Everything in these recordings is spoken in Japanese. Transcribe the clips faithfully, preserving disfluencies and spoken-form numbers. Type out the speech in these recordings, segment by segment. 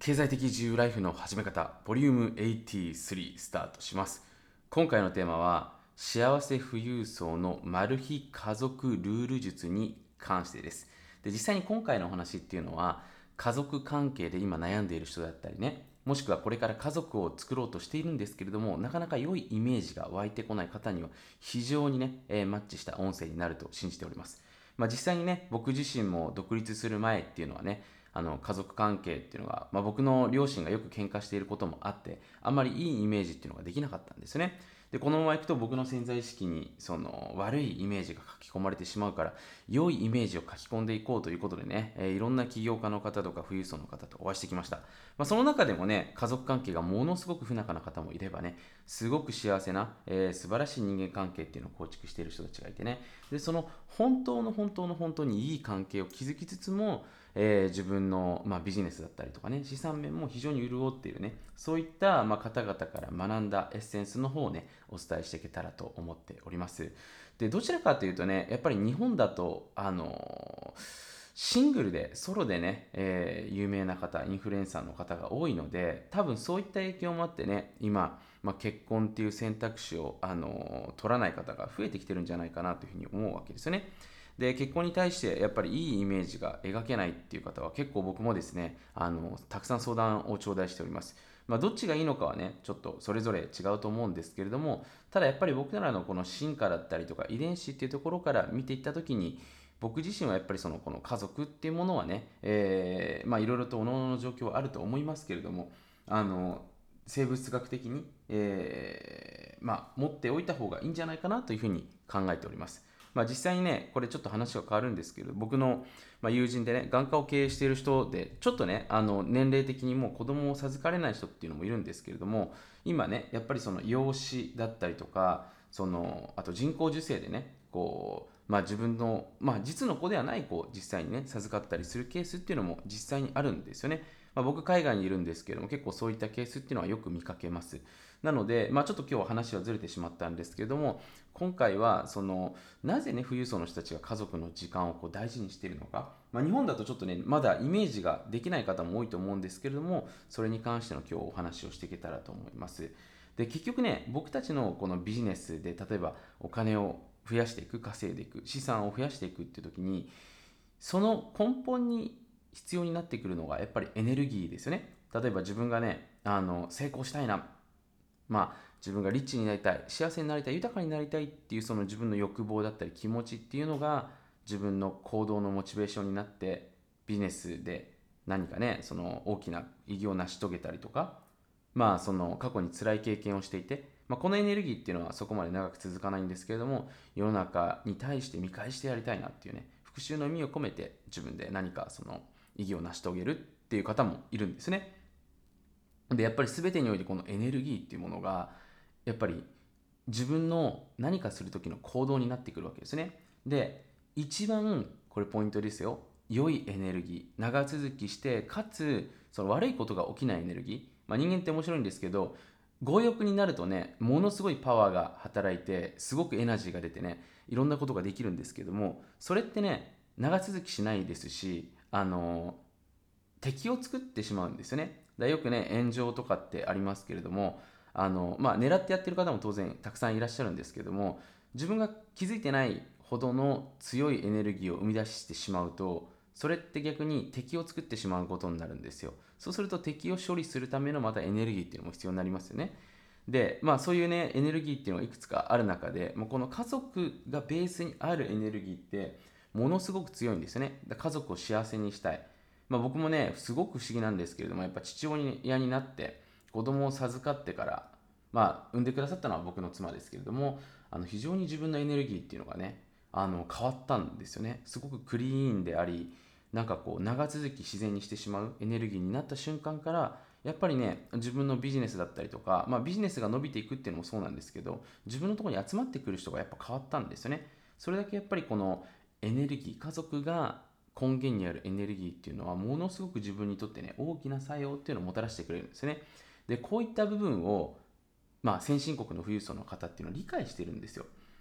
経済的自由ライフの始め方ボリュームはちじゅうさんスタートします。今回のテーマは幸せ富裕層のマル秘家族ルール術に関してです。で実際に今回のお話っていうのは家族関係で今悩んでいる人だったりね、もしくはこれから家族を作ろうとしているんですけれども、なかなか良いイメージが湧いてこない方には非常にね、えーマッチした音声になると信じております。まあ、実際にね、僕自身も独立する前っていうのはね、あの家族関係っていうのが、まあ、僕の両親がよく喧嘩していることもあって、あんまりいいイメージっていうのができなかったんですね。でこのままいくと僕の潜在意識にその悪いイメージが書き込まれてしまうから、良いイメージを書き込んでいこうということでね、えーいろんな起業家の方とか富裕層の方とお会いしてきました。まあ、その中でもね、家族関係がものすごく不仲な方もいればね、すごく幸せな、えー素晴らしい人間関係っていうのを構築している人たちがいてね、でその本当の本当の本当にいい関係を築きつつも、えー自分の、まあ、ビジネスだったりとかね、資産面も非常に潤っているね、そういった、まあ、方々から学んだエッセンスの方をね、お伝えしていけたらと思っております。でどちらかというとね、やっぱり日本だとあのーシングルでソロでね、えー有名な方、インフルエンサーの方が多いので、多分そういった影響もあってね、今、まあ、結婚っていう選択肢を、あのー取らない方が増えてきてるんじゃないかなというふうに思うわけですよね。で結婚に対してやっぱりいいイメージが描けないっていう方は結構僕もですね、あのたくさん相談を頂戴しております。まあ、どっちがいいのかはね、ちょっとそれぞれ違うと思うんですけれども、ただやっぱり僕らのこの進化だったりとか遺伝子っていうところから見ていった時に、僕自身はやっぱりそのこの家族っていうものはね、えーまあいろいろと各々の状況はあると思いますけれども、あの生物学的に、えーまあ、持っておいた方がいいんじゃないかなというふうに考えております。まあ、実際にね、これちょっと話が変わるんですけど、僕の、まあ、友人でね、眼科を経営している人で、ちょっとね、あの年齢的にもう子供を授かれない人っていうのもいるんですけれども、今ね、やっぱりその養子だったりとか、そのあと人工授精でね、こう、まあ、自分の、まあ、実の子ではない子を実際にね、授かったりするケースっていうのも実際にあるんですよね。まあ、僕、海外にいるんですけれども、結構そういったケースっていうのはよく見かけます。なので、まあ、ちょっと今日は話はずれてしまったんですけれども、今回はそのなぜね、富裕層の人たちが家族の時間をこう大事にしているのか、まあ、日本だとちょっとね、まだイメージができない方も多いと思うんですけれども、それに関しての今日お話をしていけたらと思います。で結局ね、僕たちのこのビジネスで例えばお金を増やしていく、稼いでいく、資産を増やしていくっていう時に、その根本に必要になってくるのがやっぱりエネルギーですよね。例えば自分がね、あの成功したいな、まあ、自分がリッチになりたい、幸せになりたい、豊かになりたいっていうその自分の欲望だったり気持ちっていうのが自分の行動のモチベーションになって、ビジネスで何かね、その大きな偉業を成し遂げたりとか、まあその過去に辛い経験をしていて、まあ、このエネルギーっていうのはそこまで長く続かないんですけれども、世の中に対して見返してやりたいなっていうね、復讐の意味を込めて自分で何かその意義を成し遂げるっていう方もいるんですね。でやっぱり全てにおいてこのエネルギーっていうものがやっぱり自分の何かする時の行動になってくるわけですね。で一番これポイントですよ。良いエネルギー、長続きしてかつその悪いことが起きないエネルギー、まあ、人間って面白いんですけど、強欲になるとね、ものすごいパワーが働いてすごくエナジーが出てね、いろんなことができるんですけども、それってね長続きしないですし、あの敵を作ってしまうんですよね。だよくね、炎上とかってありますけれども、あの、まあ、狙ってやってる方も当然たくさんいらっしゃるんですけども、自分が気づいてないほどの強いエネルギーを生み出してしまうと、それって逆に敵を作ってしまうことになるんですよ。そうすると敵を処理するためのまたエネルギーっていうのも必要になりますよね。で、まあそういうね、エネルギーっていうのがいくつかある中で、もうこの家族がベースにあるエネルギーって、ものすごく強いんですよね。だから家族を幸せにしたい。まあ、僕もね、すごく不思議なんですけれども、やっぱ父親になって子供を授かってから、まあ、産んでくださったのは僕の妻ですけれども、あの非常に自分のエネルギーっていうのがね、あの変わったんですよね。すごくクリーンであり、なんかこう長続き自然にしてしまうエネルギーになった瞬間から、やっぱりね、自分のビジネスだったりとか、まあ、ビジネスが伸びていくっていうのもそうなんですけど、自分のところに集まってくる人がやっぱ変わったんですよね。それだけやっぱりこのエネルギー、家族が根源にあるエネルギーっていうのはものすごく自分にとってね、大きな作用っていうのをもたらしてくれるんですね。でこういった部分を、まあ、先進国の富裕層の方っていうのは理解してるんですよ。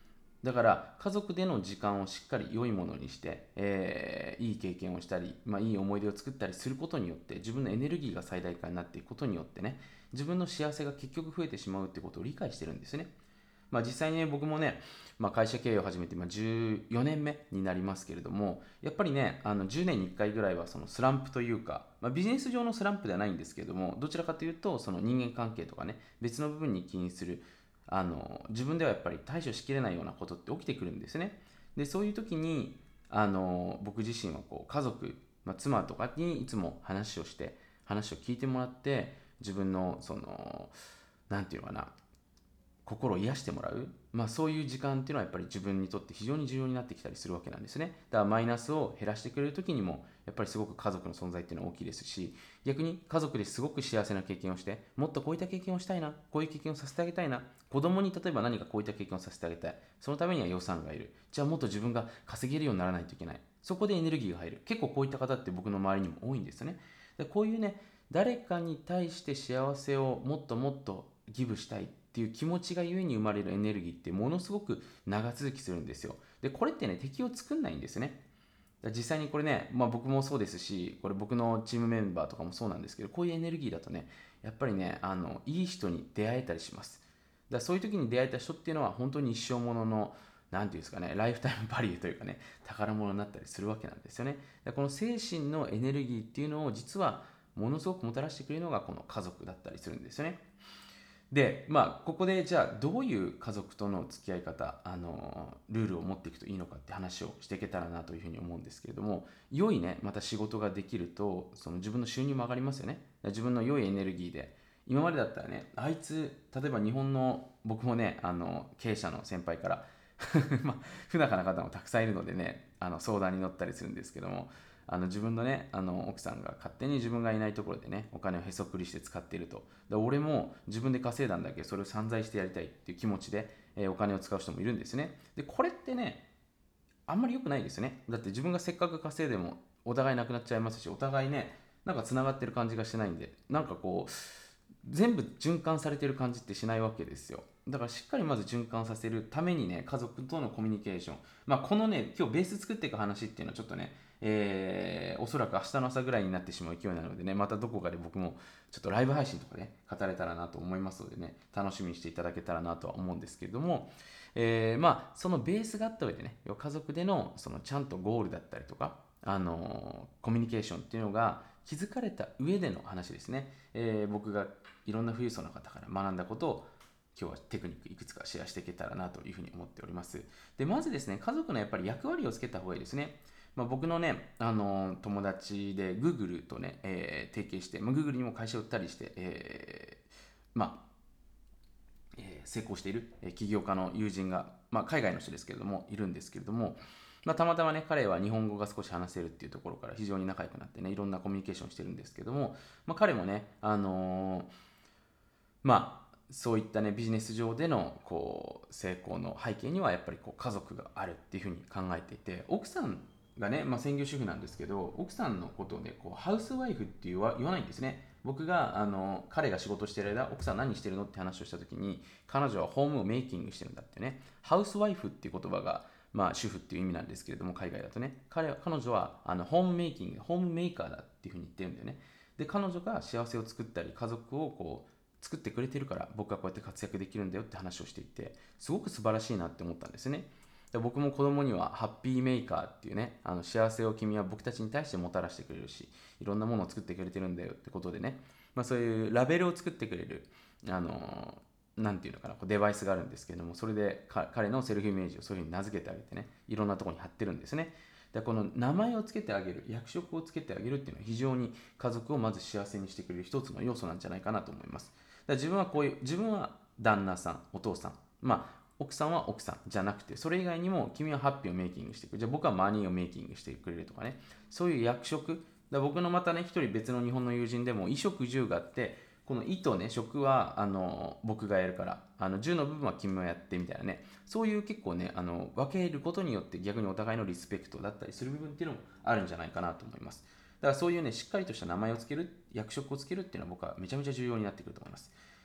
だから家族での時間をしっかり良いものにして、えーいい経験をしたり、まあ、いい思い出を作ったりすることによって自分のエネルギーが最大化になっていくことによってね、自分の幸せが結局増えてしまうってことを理解してるんですね。まあ、実際にね、僕もね、まあ、会社経営を始めて、まあ、じゅうよねんめになりますけれども、やっぱりね、あのじゅうねんにいっかいぐらいはそのスランプというか、まあ、ビジネス上のスランプではないんですけれども、どちらかというと、その人間関係とかね、別の部分に起因する、あの自分ではやっぱり対処しきれないようなことって起きてくるんですね。で、そういう時に、あの僕自身はこう家族、まあ、妻とかにいつも話をして、話を聞いてもらって、自分のその、なんていうのかな、心を癒してもらう、まあ、そういう時間っていうのはやっぱり自分にとって非常に重要になってきたりするわけなんですね。だからマイナスを減らしてくれる時にもやっぱりすごく家族の存在っていうのは大きいですし、逆に家族ですごく幸せな経験をして、もっとこういった経験をしたいな、こういう経験をさせてあげたいな、子供に例えば何かこういった経験をさせてあげたい、そのためには予算がいる、じゃあもっと自分が稼げるようにならないといけない、そこでエネルギーが入る。結構こういった方って僕の周りにも多いんですね。でこういうね、誰かに対して幸せをもっともっとギブしたいっていう気持ちがゆえに生まれるエネルギーってものすごく長続きするんですよ。でこれってね、敵を作んないんですね。実際にこれね、まあ、僕もそうですし、これ僕のチームメンバーとかもそうなんですけど、こういうエネルギーだとね、やっぱりね、あのいい人に出会えたりします。だからそういう時に出会えた人っていうのは本当に一生ものの、なんていうんですかね、ライフタイムバリューというかね、宝物になったりするわけなんですよね。だからこの精神のエネルギーっていうのを実はものすごくもたらしてくれるのがこの家族だったりするんですよね。で、まあ、ここでじゃあどういう家族との付き合い方、あのルールを持っていくといいのかって話をしていけたらなというふうに思うんですけれども、良いね、また仕事ができると、その自分の収入も上がりますよね。自分の良いエネルギーで、今までだったらね、あいつ、例えば日本の、僕もね、あの経営者の先輩からまあ、不仲な方もたくさんいるのでね、あの相談に乗ったりするんですけども、あの自分のね、あの奥さんが勝手に自分がいないところでね、お金をへそくりして使っていると。で俺も自分で稼いだんだけど、それを散財してやりたいっていう気持ちで、えーお金を使う人もいるんですね。で、これってね、あんまり良くないですよね。だって自分がせっかく稼いでもお互いなくなっちゃいますし、お互いね、なんかつながってる感じがしないんで、なんかこう、全部循環されてる感じってしないわけですよ。だからしっかりまず循環させるためにね、家族とのコミュニケーション、まあ、このね、今日ベース作っていく話っていうのはちょっとね、えーおそらく明日の朝ぐらいになってしまう勢いなのでね、またどこかで僕もちょっとライブ配信とかね、語れたらなと思いますのでね、楽しみにしていただけたらなとは思うんですけれども、えーまあ、そのベースがあった上でね、要は家族でのそのちゃんとゴールだったりとか、あのーコミュニケーションっていうのが築かれた上での話ですね。えー僕がいろんな富裕層の方から学んだことを今日はテクニックいくつかシェアしていけたらなというふうに思っております。で、まずですね、家族のやっぱり役割をつけた方がいいですね。まあ、僕のね、あのー友達で Google とね、えー提携して、まあ、Google にも会社を売ったりして、えーまあ、えー成功している、えー起業家の友人が、まあ、海外の人ですけれども、いるんですけれども、まあ、たまたまね、彼は日本語が少し話せるっていうところから非常に仲良くなってね、いろんなコミュニケーションしてるんですけども、まあ、彼もね、あのーまあ、そういったね、ビジネス上でのこう成功の背景にはやっぱりこう家族があるっていうふうに考えていて、奥さんがね、まあ、専業主婦なんですけど、奥さんのことをね、こうハウスワイフって言わ言わないんですね。僕があの彼が仕事してる間、奥さん何してるのって話をした時に、彼女はホームをメイキングしてるんだってね。ハウスワイフっていう言葉が、まあ、主婦っていう意味なんですけれども、海外だとね、彼は彼女はあのホームメイキング、ホームメーカーだっていうふうに言ってるんだよね。で、彼女が幸せを作ったり、家族をこう作ってくれてるから僕はこうやって活躍できるんだよって話をしていて、すごく素晴らしいなって思ったんですね。で僕も子供にはハッピーメーカーっていうね、あの幸せを君は僕たちに対してもたらしてくれるし、いろんなものを作ってくれてるんだよってことでね、まあ、そういうラベルを作ってくれる、あのなんていうのかな、こうデバイスがあるんですけれども、それで彼のセルフイメージをそういうふうに名付けてあげてね、いろんなところに貼ってるんですね。でこの名前をつけてあげる、役職をつけてあげるっていうのは非常に家族をまず幸せにしてくれる一つの要素なんじゃないかなと思います。だから自分はこういう、自分は旦那さん、お父さん、まあ奥さんは奥さんじゃなくて、それ以外にも君はハッピーをメイキングしていく、じゃあ僕はマニーをメイキングしてくれるとかね、そういう役職、だ僕のまたね、一人別の日本の友人でも衣食住があって、この衣とね、食はあの僕がやるから、あの住の部分は君もやってみたいなね、そういう結構ね、あの分けることによって逆にお互いのリスペクトだったりする部分っていうのもあるんじゃないかなと思います。だからそういうね、しっかりとした名前をつける、役職をつけるっていうのは僕はめちゃめちゃ重要になってくると思います。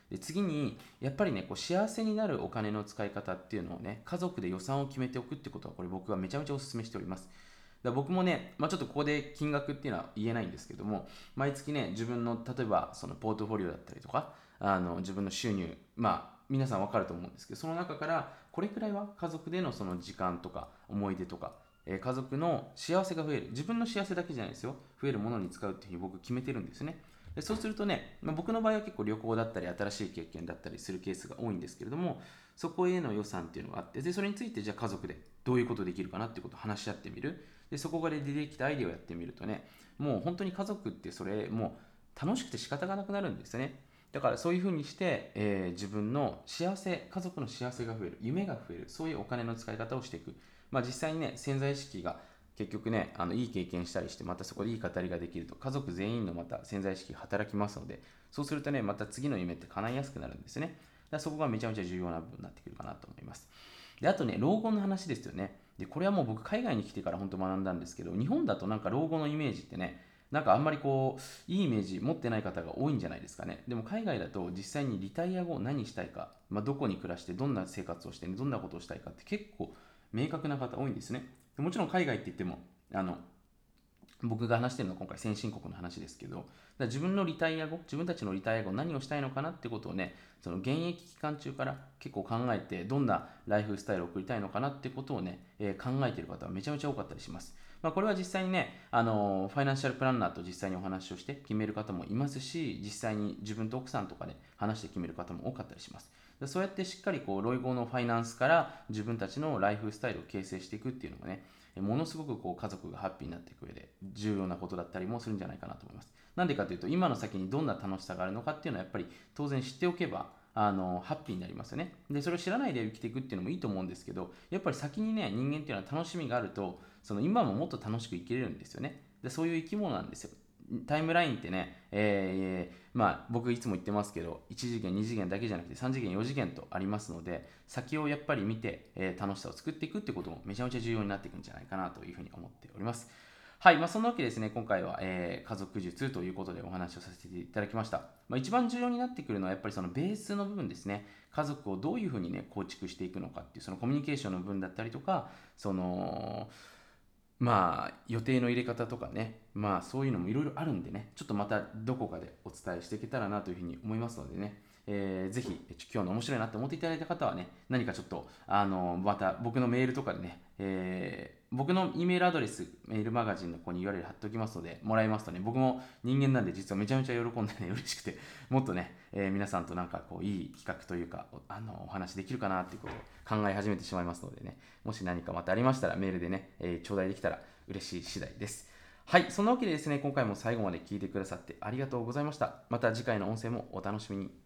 で次にやっぱりねこう幸せになるお金の使い方っていうのをね家族で予算を決めておくってことはこれ僕はめちゃめちゃお勧めしております。だ僕もね、まあ、ちょっとここで金額っていうのは言えないんですけども、毎月ね自分の例えばそのポートフォリオだったりとかあの自分の収入、まあ皆さん分かると思うんですけど、その中からこれくらいは家族でのその時間とか思い出とか、えー家族の幸せが増える、自分の幸せだけじゃないですよ、増えるものに使うっていうふうに僕決めてるんですね。でそうするとね、まあ、僕の場合は結構旅行だったり新しい経験だったりするケースが多いんですけれども、そこへの予算っていうのがあって、でそれについてじゃあ家族でどういうことできるかなっていうことを話し合ってみる。でそこから出てきたアイデアをやってみるとね、もう本当に家族ってそれもう楽しくて仕方がなくなるんですね。だからそういうふうにして、えー自分の幸せ、家族の幸せが増える、夢が増える、そういうお金の使い方をしていく。まあ、実際にね、潜在意識が結局ね、あのいい経験したりして、またそこでいい語りができると、家族全員のまた潜在意識が働きますので、そうするとね、また次の夢って叶いやすくなるんですね。だからそこがめちゃめちゃ重要な部分になってくるかなと思います。であとね、老後の話ですよね。でこれはもう僕、海外に来てから本当学んだんですけど、日本だとなんか老後のイメージってね、なんかあんまりこういいイメージ持ってない方が多いんじゃないですかね。でも海外だと実際にリタイア後何したいか、まあ、どこに暮らしてどんな生活をしてどんなことをしたいかって結構明確な方多いんですね。でもちろん海外って言ってもあの僕が話しているのは今回先進国の話ですけど、だから自分のリタイア後、自分たちのリタイア後何をしたいのかなってことをね、その現役期間中から結構考えて、どんなライフスタイルを送りたいのかなってことをね、えー考えている方はめちゃめちゃ多かったりします。まあ、これは実際にね、あのーファイナンシャルプランナーと実際にお話をして決める方もいますし、実際に自分と奥さんとかで話して決める方も多かったりします。でそうやってしっかりこう老後のファイナンスから自分たちのライフスタイルを形成していくっていうのがね、ものすごくこう家族がハッピーになっていく上で重要なことだったりもするんじゃないかなと思います。なんでかというと、今の先にどんな楽しさがあるのかっていうのはやっぱり当然知っておけばあのハッピーになりますよね。でそれを知らないで生きていくっていうのもいいと思うんですけど、やっぱり先にね人間っていうのは楽しみがあると、その今ももっと楽しく生きれるんですよね。でそういう生き物なんですよ。タイムラインってね、えーまあ、僕いつも言ってますけど、いち次元に次元だけじゃなくてさん次元よ次元とありますので、先をやっぱり見て、えー楽しさを作っていくってこともめちゃめちゃ重要になっていくんじゃないかなというふうに思っております。はい、まあ、そんなわけでですね、今回は、えー家族術ということでお話をさせていただきました。まあ、一番重要になってくるのはやっぱりそのベースの部分ですね。家族をどういうふうにね構築していくのかっていうそのコミュニケーションの部分だったりとか、そのまあ予定の入れ方とかね、まあそういうのもいろいろあるんでね、ちょっとまたどこかでお伝えしていけたらなというふうに思いますのでね、えーぜひ今日の面白いなと思っていただいた方はね、何かちょっとあのまた僕のメールとかでね、えー僕の E メールアドレス、メールマガジンのここに ユーアールエル 貼っておきますので、もらいますとね、僕も人間なんで実はめちゃめちゃ喜んでね、嬉しくて、もっとね、えー皆さんとなんかこういい企画というか、おあのお話できるかなっていうことを考え始めてしまいますのでね、もし何かまたありましたらメールでね、えー頂戴できたら嬉しい次第です。はい、そんなわけでですね、今回も最後まで聞いてくださってありがとうございました。また次回の音声もお楽しみに。